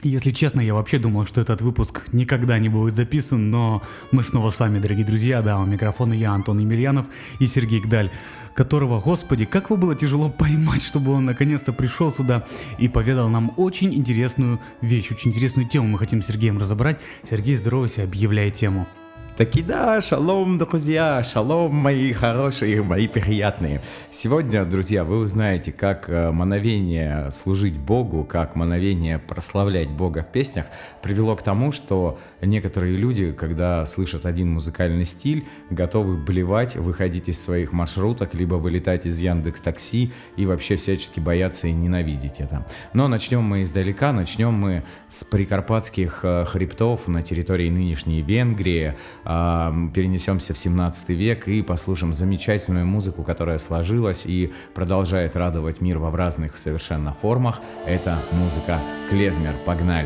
Если честно, я вообще думал, что этот выпуск никогда не будет записан, но мы снова с вами, дорогие друзья, да, у микрофона я, Антон Емельянов и Сергей Гдаль, которого, господи, как его было тяжело поймать, чтобы он наконец-то пришел сюда и поведал нам очень интересную вещь, очень интересную тему мы хотим с Сергеем разобрать. Сергей, здоровайся, объявляй тему. Таки да, шалом, друзья, шалом, мои хорошие, мои приятные. Сегодня, друзья, вы узнаете, как мановение служить Богу, как мановение прославлять Бога в песнях привело к тому, что некоторые люди, когда слышат один музыкальный стиль, готовы блевать, выходить из своих маршруток, либо вылетать из Яндекс.Такси и вообще всячески бояться и ненавидеть это. Но начнем мы издалека, начнем мы с прикарпатских хребтов на территории нынешней Венгрии. Перенесемся в 17 век и послушаем замечательную музыку, которая сложилась и продолжает радовать мир в разных совершенно формах. Это музыка клезмер. Погнали!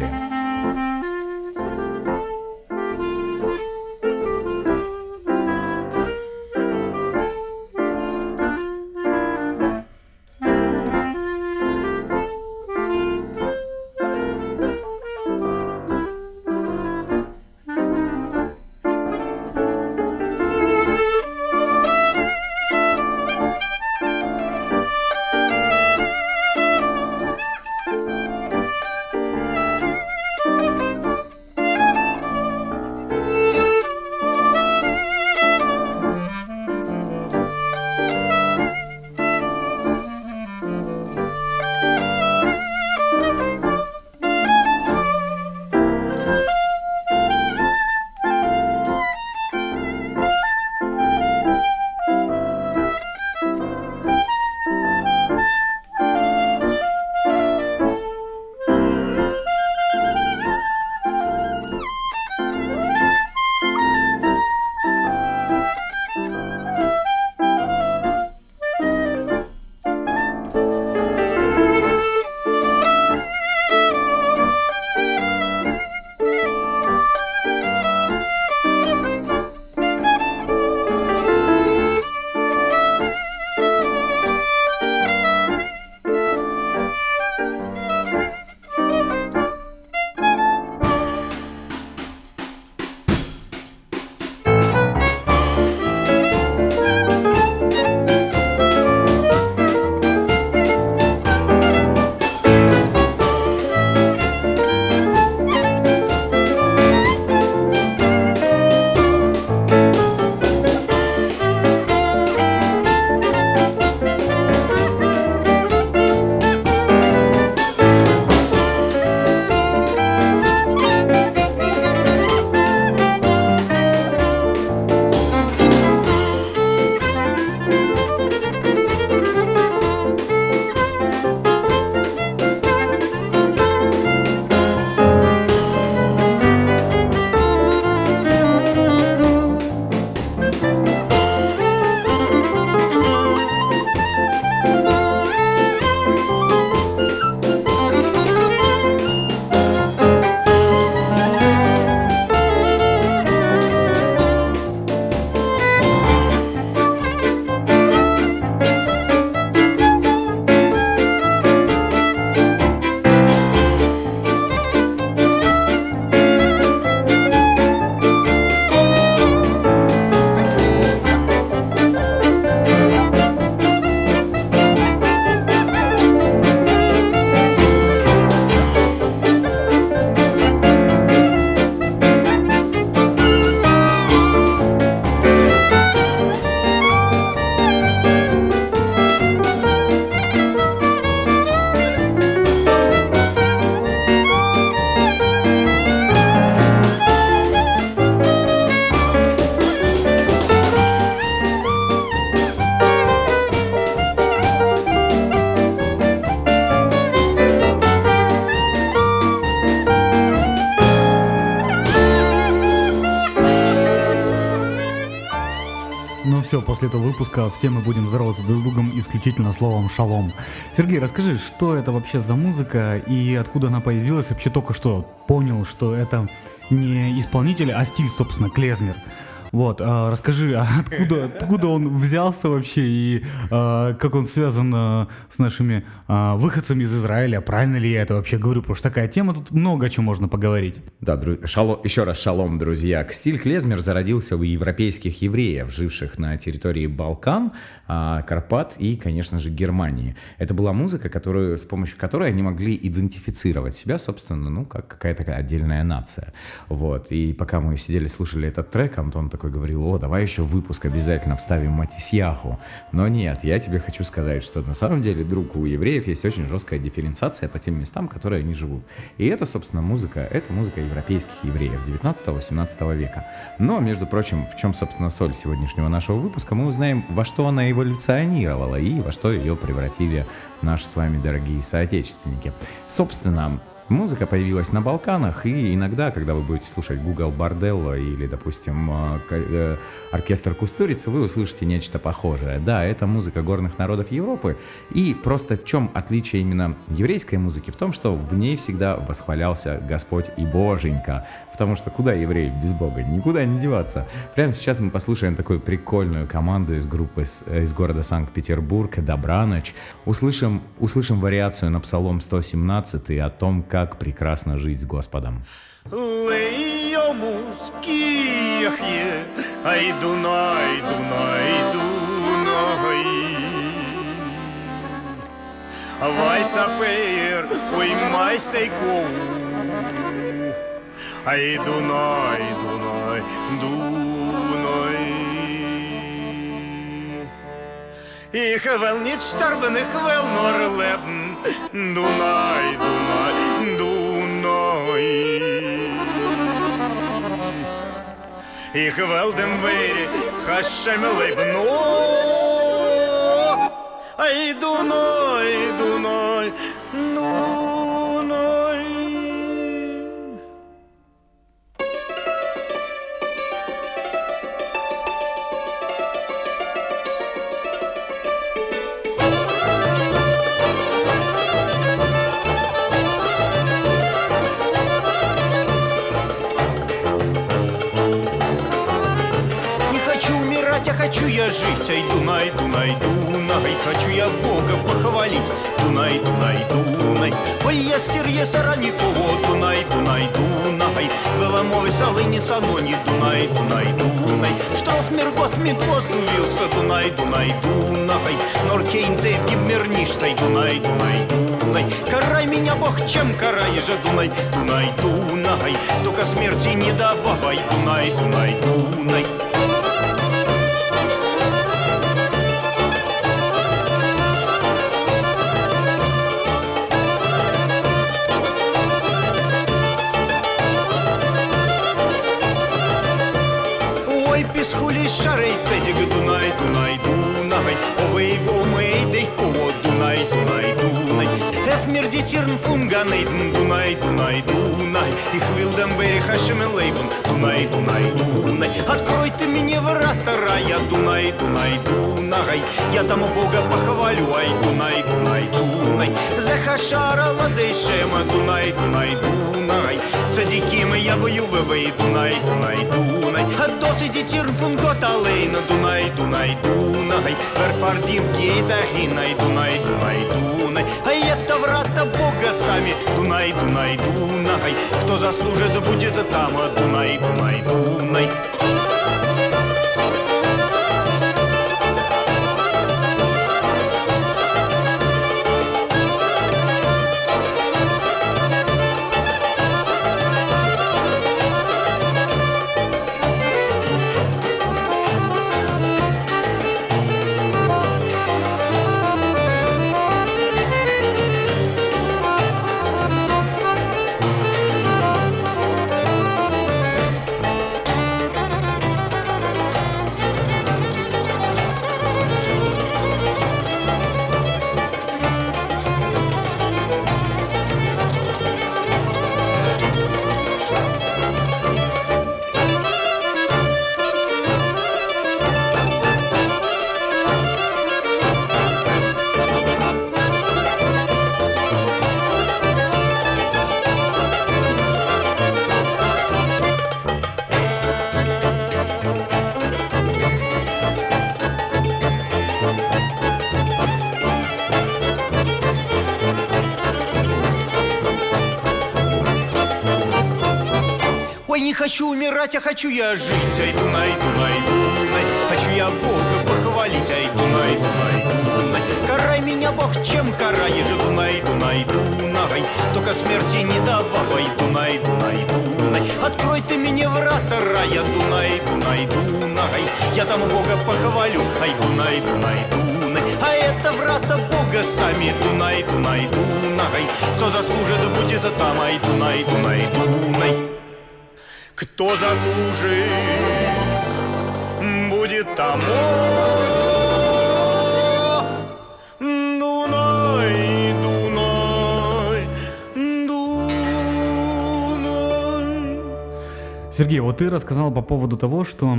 все, после этого выпуска все мы будем здороваться друг с другом исключительно словом «шалом». Сергей, расскажи, что это вообще за музыка и откуда она появилась? Вообще только что понял, что это не исполнитель, а стиль, собственно, клезмер. Вот, расскажи, откуда он взялся вообще и как он связан с нашими выходцами из Израиля, правильно ли я это вообще говорю, потому что такая тема, тут много о чем можно поговорить. Да, еще раз шалом, друзья. Стиль клезмер зародился у европейских евреев, живших на территории Балкан, Карпат и, конечно же, Германии. Это была музыка, с помощью которой они могли идентифицировать себя, собственно, как какая-то такая отдельная нация. Вот. И пока мы сидели, слушали этот трек, Антон такой говорил: давай еще в выпуск обязательно вставим Матисьяху. Но нет, я тебе хочу сказать, что на самом деле, друг, у евреев есть очень жесткая дифференциация по тем местам, которые они живут. И это, собственно, музыка европейских евреев 19-18 века. Но, между прочим, в чем, собственно, соль сегодняшнего нашего выпуска, мы узнаем, во что она эволюционировала и во что ее превратили наши с вами дорогие соотечественники. Собственно, музыка появилась на Балканах, и иногда, когда вы будете слушать Google Борделло или, допустим, оркестр Кустурицы, вы услышите нечто похожее. Да, это музыка горных народов Европы, и просто в чем отличие именно еврейской музыки? В том, что в ней всегда восхвалялся Господь и Боженька, потому что куда евреи без Бога? Никуда не деваться. Прямо сейчас мы послушаем такую прикольную команду из группы из города Санкт-Петербург «Добраноч». Услышим вариацию на Псалом 117 о том, как прекрасно жить с Господом. Vai saper, oi mai sei com. Ai Dunai, Dunai, Dunai. Ich will nicht sterben, ich will nur leben. Dunai, Dunai, Dunai. Ich will dem Weire, Hashem leben. Ay, Dunay, Dunay, Dunay. Не хочу умирать, а хочу я жить. Ай, Дунай, Дунай, Дунай. Хочу я Бога похвалить. Дунай, Дунай, Дунай. Ой, я сирье сараниково. Дунай, Дунай, Дунай. Веломовый салыни санони. Дунай, Дунай, Дунай. Штроф миргот мидвоз дувился. Дунай, Дунай, Дунай. Норкейн ты гибмерништай. Дунай, Дунай, Дунай. Карай меня Бог, чем карай же. Дунай, Дунай, Дунай. Только смерти не давай. Дунай, Дунай, Дунай. Шарей цедик Дунай, Дунай, Дунай. Овей вомей дейко Дунай, Дунай, Дунай. Эфмир дитирн фунганейден Дунай, Дунай, Дунай. Их вилдам бери хашем лейбен Дунай, Дунай, Дунай. Открой ты мне врата рая Дунай, Дунай, Дунай. Я там у Бога похвалю Ай, Дунай, Дунай, Дунай. Захашара ладейшема Дунай, Дунай, Дунай. Цадиким я воювывай Дунай, Дунай, Дунай. А досы дитирн фунгот алейна Дунай, Дунай, Дунай. Верфардин гейта гинай Дунай, Дунай, Дунай. А это врата Бога сами Дунай, Дунай, Дунай. Кто заслужит, будет там Дунай, Дунай, Дунай. хочу умирать, а хочу я жить. Ай, Дунай, Дунай, Дунай, хочу я Бога похвалить. Ай, Дунай, Дунай, Дунай, карай меня, Бог, чем караешь. Дунай, Дунай, Дунай, только смерти не давай. Дунай, Дунай, Дунай, открой ты мне врата рая. Дунай, Дунай, Дунай, я там Бога похвалю. Ай, Дунай, Дунай, Дунай, а это врата Бога сами. Дунай, Дунай, Дунай, кто заслужит, будет там. Ай, Дунай, Дунай, Дунай, кто заслужит, будет там. Дунай, Дунай, Дунай. Сергей, вот ты рассказал по поводу того, что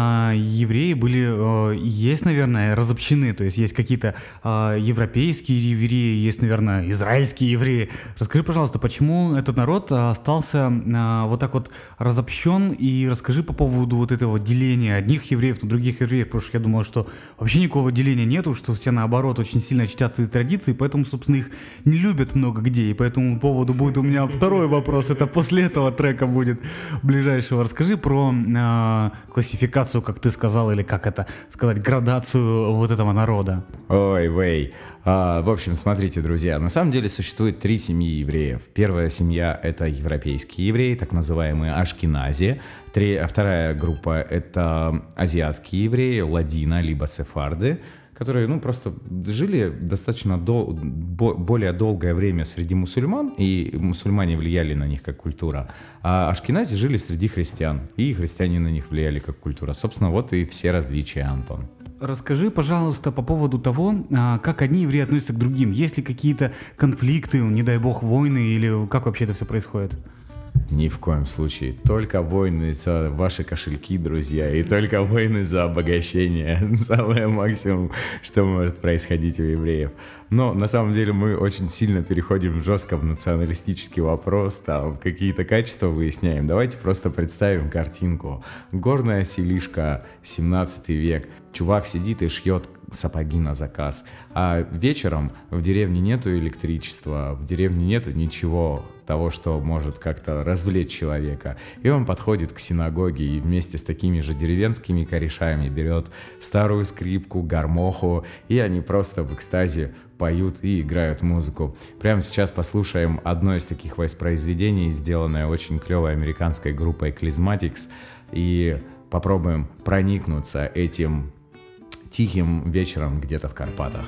евреи были, есть, наверное, разобщены, то есть есть какие-то европейские евреи, есть, наверное, израильские евреи. Расскажи, пожалуйста, почему этот народ остался вот так вот разобщен, и расскажи по поводу вот этого деления одних евреев на других евреев, потому что я думал, что вообще никакого деления нету, что все наоборот очень сильно чтят свои традиции, поэтому, собственно, их не любят много где, и по этому поводу будет у меня второй вопрос, это после этого трека будет ближайший. Расскажи про классификацию, как ты сказал, или как это сказать, градацию вот этого народа. Ой, вей. В общем, смотрите, друзья, на самом деле существует 3 семьи евреев. Первая семья — это европейские евреи, так называемые ашкенази. Вторая группа — это азиатские евреи, ладина, либо сефарды, которые, просто жили достаточно более долгое время среди мусульман, и мусульмане влияли на них как культура, а ашкенази жили среди христиан, и христиане на них влияли как культура. Собственно, вот и все различия, Антон. Расскажи, пожалуйста, по поводу того, как одни евреи относятся к другим. Есть ли какие-то конфликты, не дай бог, войны, или как вообще это все происходит? Ни в коем случае. Только войны за ваши кошельки, друзья, и только войны за обогащение. Самое максимум, что может происходить у евреев. Но на самом деле мы очень сильно переходим жестко в националистический вопрос, там какие-то качества выясняем. Давайте просто представим картинку. Горная селишка, 17 век. Чувак сидит и шьет сапоги на заказ. А вечером в деревне нету электричества, в деревне нету ничего того, что может как-то развлечь человека. И он подходит к синагоге и вместе с такими же деревенскими корешами берет старую скрипку, гармоху, и они просто в экстазе поют и играют музыку. Прямо сейчас послушаем одно из таких воспроизведений, сделанное очень клевой американской группой Klezmatics, и попробуем проникнуться этим тихим вечером где-то в Карпатах.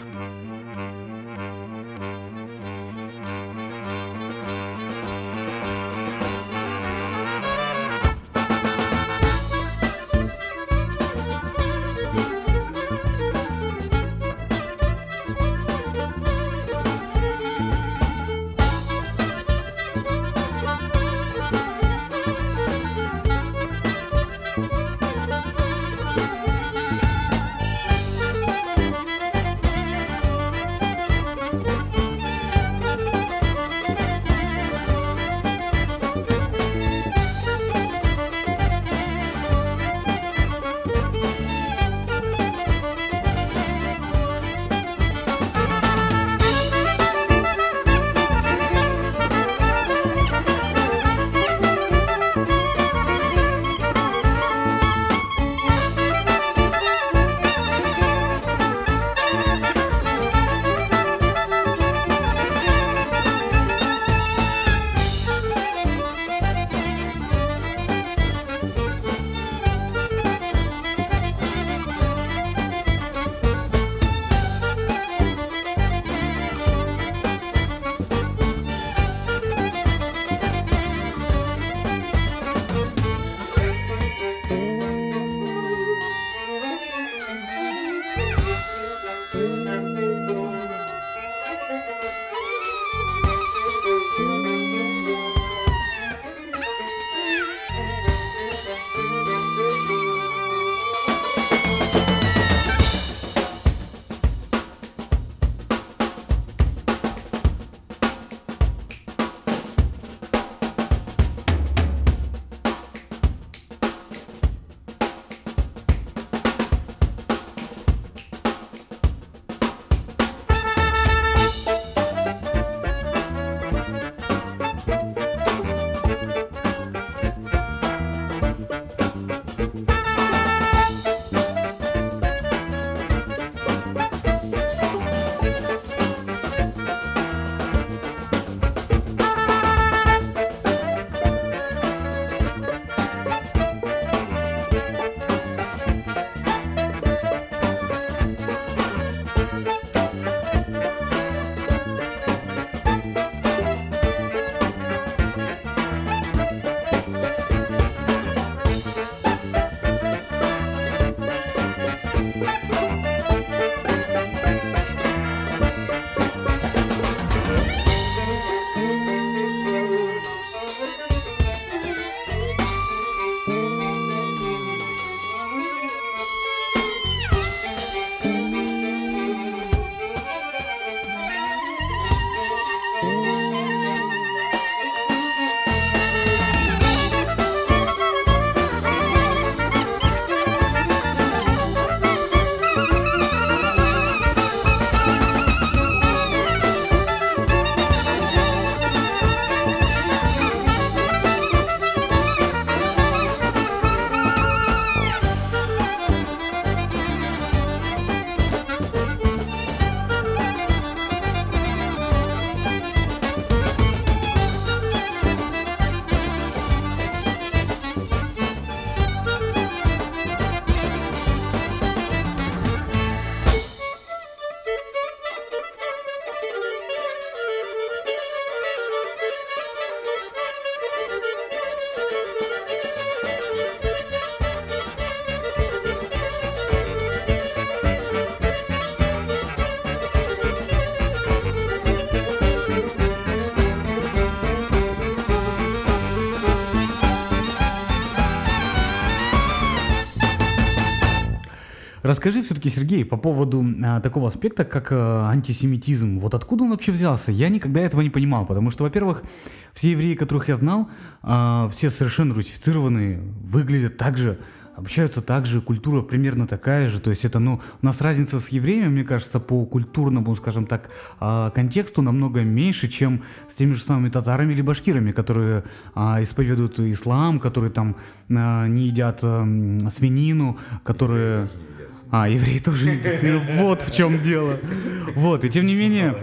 Расскажи все-таки, Сергей, по поводу такого аспекта, как антисемитизм. Вот откуда он вообще взялся? Я никогда этого не понимал, потому что, во-первых, все евреи, которых я знал, все совершенно русифицированные, выглядят так же, общаются так же, культура примерно такая же. То есть это, у нас разница с евреями, мне кажется, по культурному, скажем так, контексту намного меньше, чем с теми же самыми татарами или башкирами, которые исповедуют ислам, которые там не едят свинину, которые... евреи тоже не едят. Вот в чем дело. Вот, и тем не менее...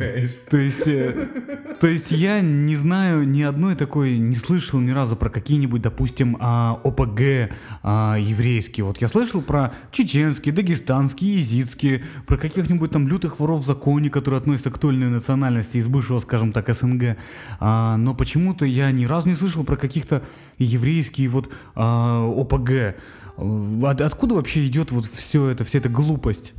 То есть я не знаю ни одной такой, не слышал ни разу про какие-нибудь, допустим, ОПГ еврейские. Вот я слышал про чеченские, дагестанские, езидские, про каких-нибудь там лютых воров в законе, которые относятся к той или иной национальности из бывшего, скажем так, СНГ. Но почему-то я ни разу не слышал про каких-то еврейские вот ОПГ. Откуда вообще идет вот вся эта глупость?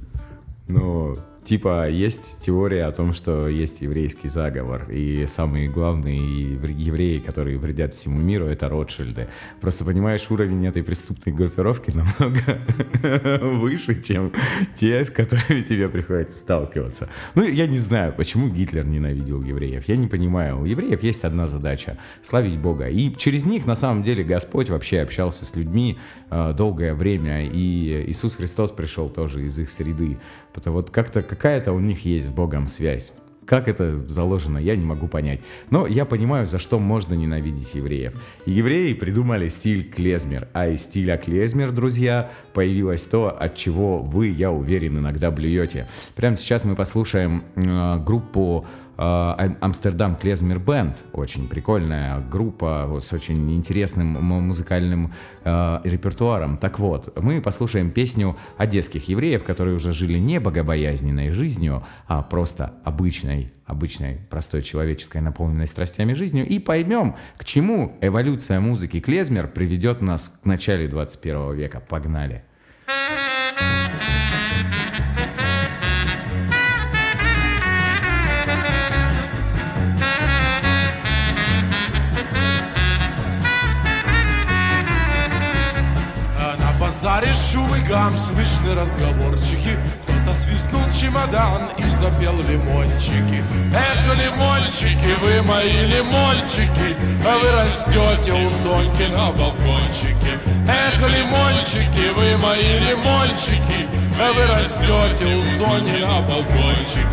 Есть теория о том, что есть еврейский заговор, и самые главные евреи, которые вредят всему миру, это Ротшильды. Просто, понимаешь, уровень этой преступной группировки намного выше, чем те, с которыми тебе приходится сталкиваться. Я не знаю, почему Гитлер ненавидел евреев. Я не понимаю. У евреев есть одна задача — славить Бога. И через них, на самом деле, Господь вообще общался с людьми долгое время, и Иисус Христос пришел тоже из их среды. Потому вот как-то какая-то у них есть с Богом связь. Как это заложено, я не могу понять. Но я понимаю, за что можно ненавидеть евреев. Евреи придумали стиль клезмер. А из стиля клезмер, друзья, появилось то, от чего вы, я уверен, иногда блюете. Прямо сейчас мы послушаем группу Амстердам Клезмер Бенд. Очень прикольная группа с очень интересным музыкальным репертуаром. Так вот, мы послушаем песню одесских евреев, которые уже жили не богобоязненной жизнью, а просто обычной, простой человеческой, наполненной страстями жизнью, и поймем, к чему эволюция музыки клезмер приведет нас к началу 21 века. Погнали! На базаре шум и гам, слышны разговорчики. Кто-то свистнул чемодан и запел лимончики. Эх, лимончики, вы мои лимончики, а вы растете у Соньки на балкончике. Эх, лимончики, вы мои лимончики, а вы растете у Сони на балкончике.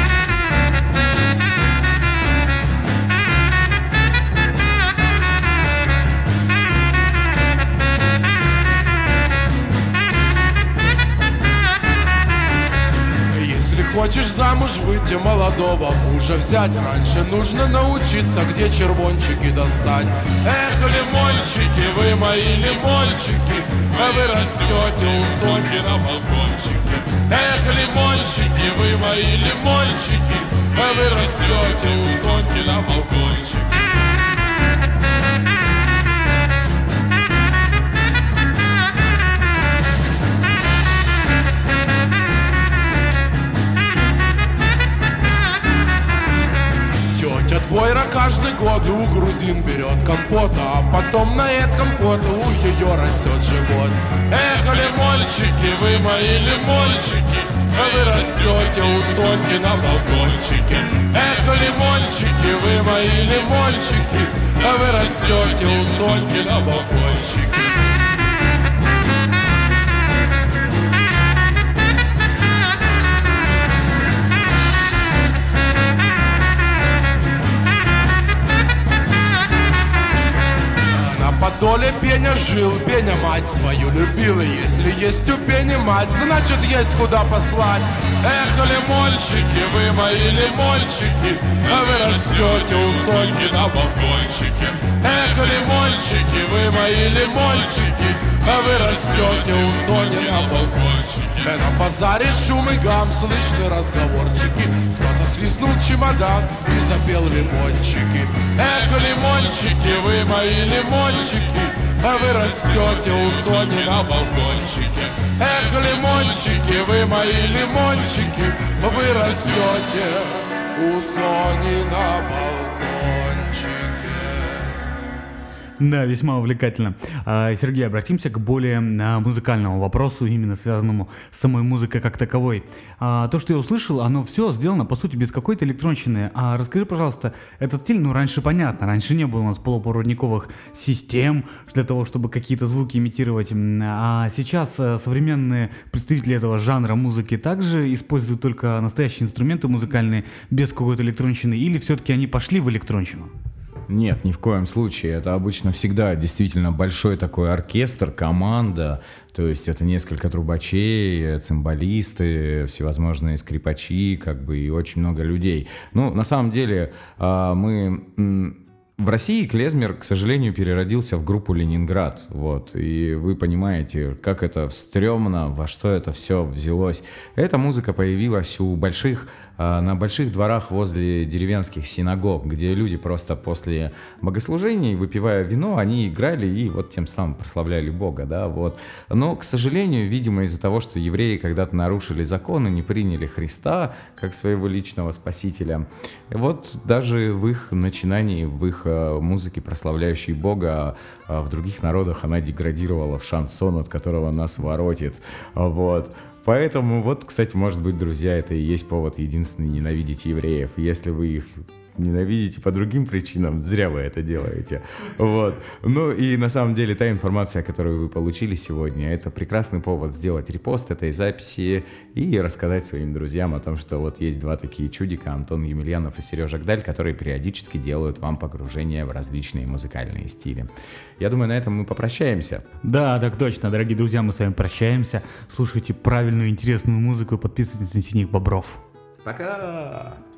Хочешь замуж выйти, молодого мужа взять, раньше нужно научиться, где червончики достать. Эх, лимончики, вы мои лимончики, а вы растете у Соньки на балкончике. Эх, лимончики, вы мои лимончики, а вы растете у Соньки на балкончике. Твойра каждый год у грузин берет компота, а потом на этом компота у ее растет живот. Эх, лимончики, вы мои лимончики, а вы растете у Соньки на балкончике. Эх, лимончики, вы мои лимончики, а вы растете у Соньки на балкончике. Подоле Пеня жил, Пеня мать свою любил, и если есть у Пени мать, значит есть куда послать. Эх, лимончики, вы мои лимончики, а вы растете у Соньки на балкончике. Эх, лимончики, вы мои лимончики, а вы растете у Сони на балкончике. На базаре шум и гам, слышны разговорчики. Кто-то свистнул чемодан и запел лимончики. Эх, лимончики, вы мои лимончики, а вы растете у Сони на балкончике. Эх, лимончики, вы мои лимончики, вы растете у Сони на балкончике. Да, весьма увлекательно. Сергей, обратимся к более музыкальному вопросу, именно связанному с самой музыкой как таковой. То, что я услышал, оно все сделано, по сути, без какой-то электронщины. Расскажи, пожалуйста, этот стиль, раньше понятно, раньше не было у нас полупроводниковых систем для того, чтобы какие-то звуки имитировать. А сейчас современные представители этого жанра музыки также используют только настоящие инструменты музыкальные, без какой-то электронщины, или все-таки они пошли в электронщину? Нет, ни в коем случае. Это обычно всегда действительно большой такой оркестр, команда. То есть это несколько трубачей, цимбалисты, всевозможные скрипачи, и очень много людей. На самом деле, в России клезмер, к сожалению, переродился в группу «Ленинград». И вы понимаете, как это стрёмно, во что это все взялось. Эта музыка появилась на больших дворах возле деревенских синагог, где люди просто после богослужений, выпивая вино, они играли и тем самым прославляли Бога. Но, к сожалению, видимо, из-за того, что евреи когда-то нарушили законы, не приняли Христа как своего личного спасителя, даже в их начинании, в их музыке, прославляющей Бога, в других народах она деградировала в шансон, от которого нас воротит. Поэтому, кстати, может быть, друзья, это и есть повод единственный ненавидеть евреев. Если вы их ненавидите по другим причинам, зря вы это делаете. И на самом деле та информация, которую вы получили сегодня, это прекрасный повод сделать репост этой записи и рассказать своим друзьям о том, что есть два такие чудика, Антон Емельянов и Сережа Гдаль, которые периодически делают вам погружение в различные музыкальные стили. Я думаю, на этом мы попрощаемся. Да, так точно, дорогие друзья, мы с вами прощаемся. Слушайте правильную, интересную музыку и подписывайтесь на «Синих бобров». Пока!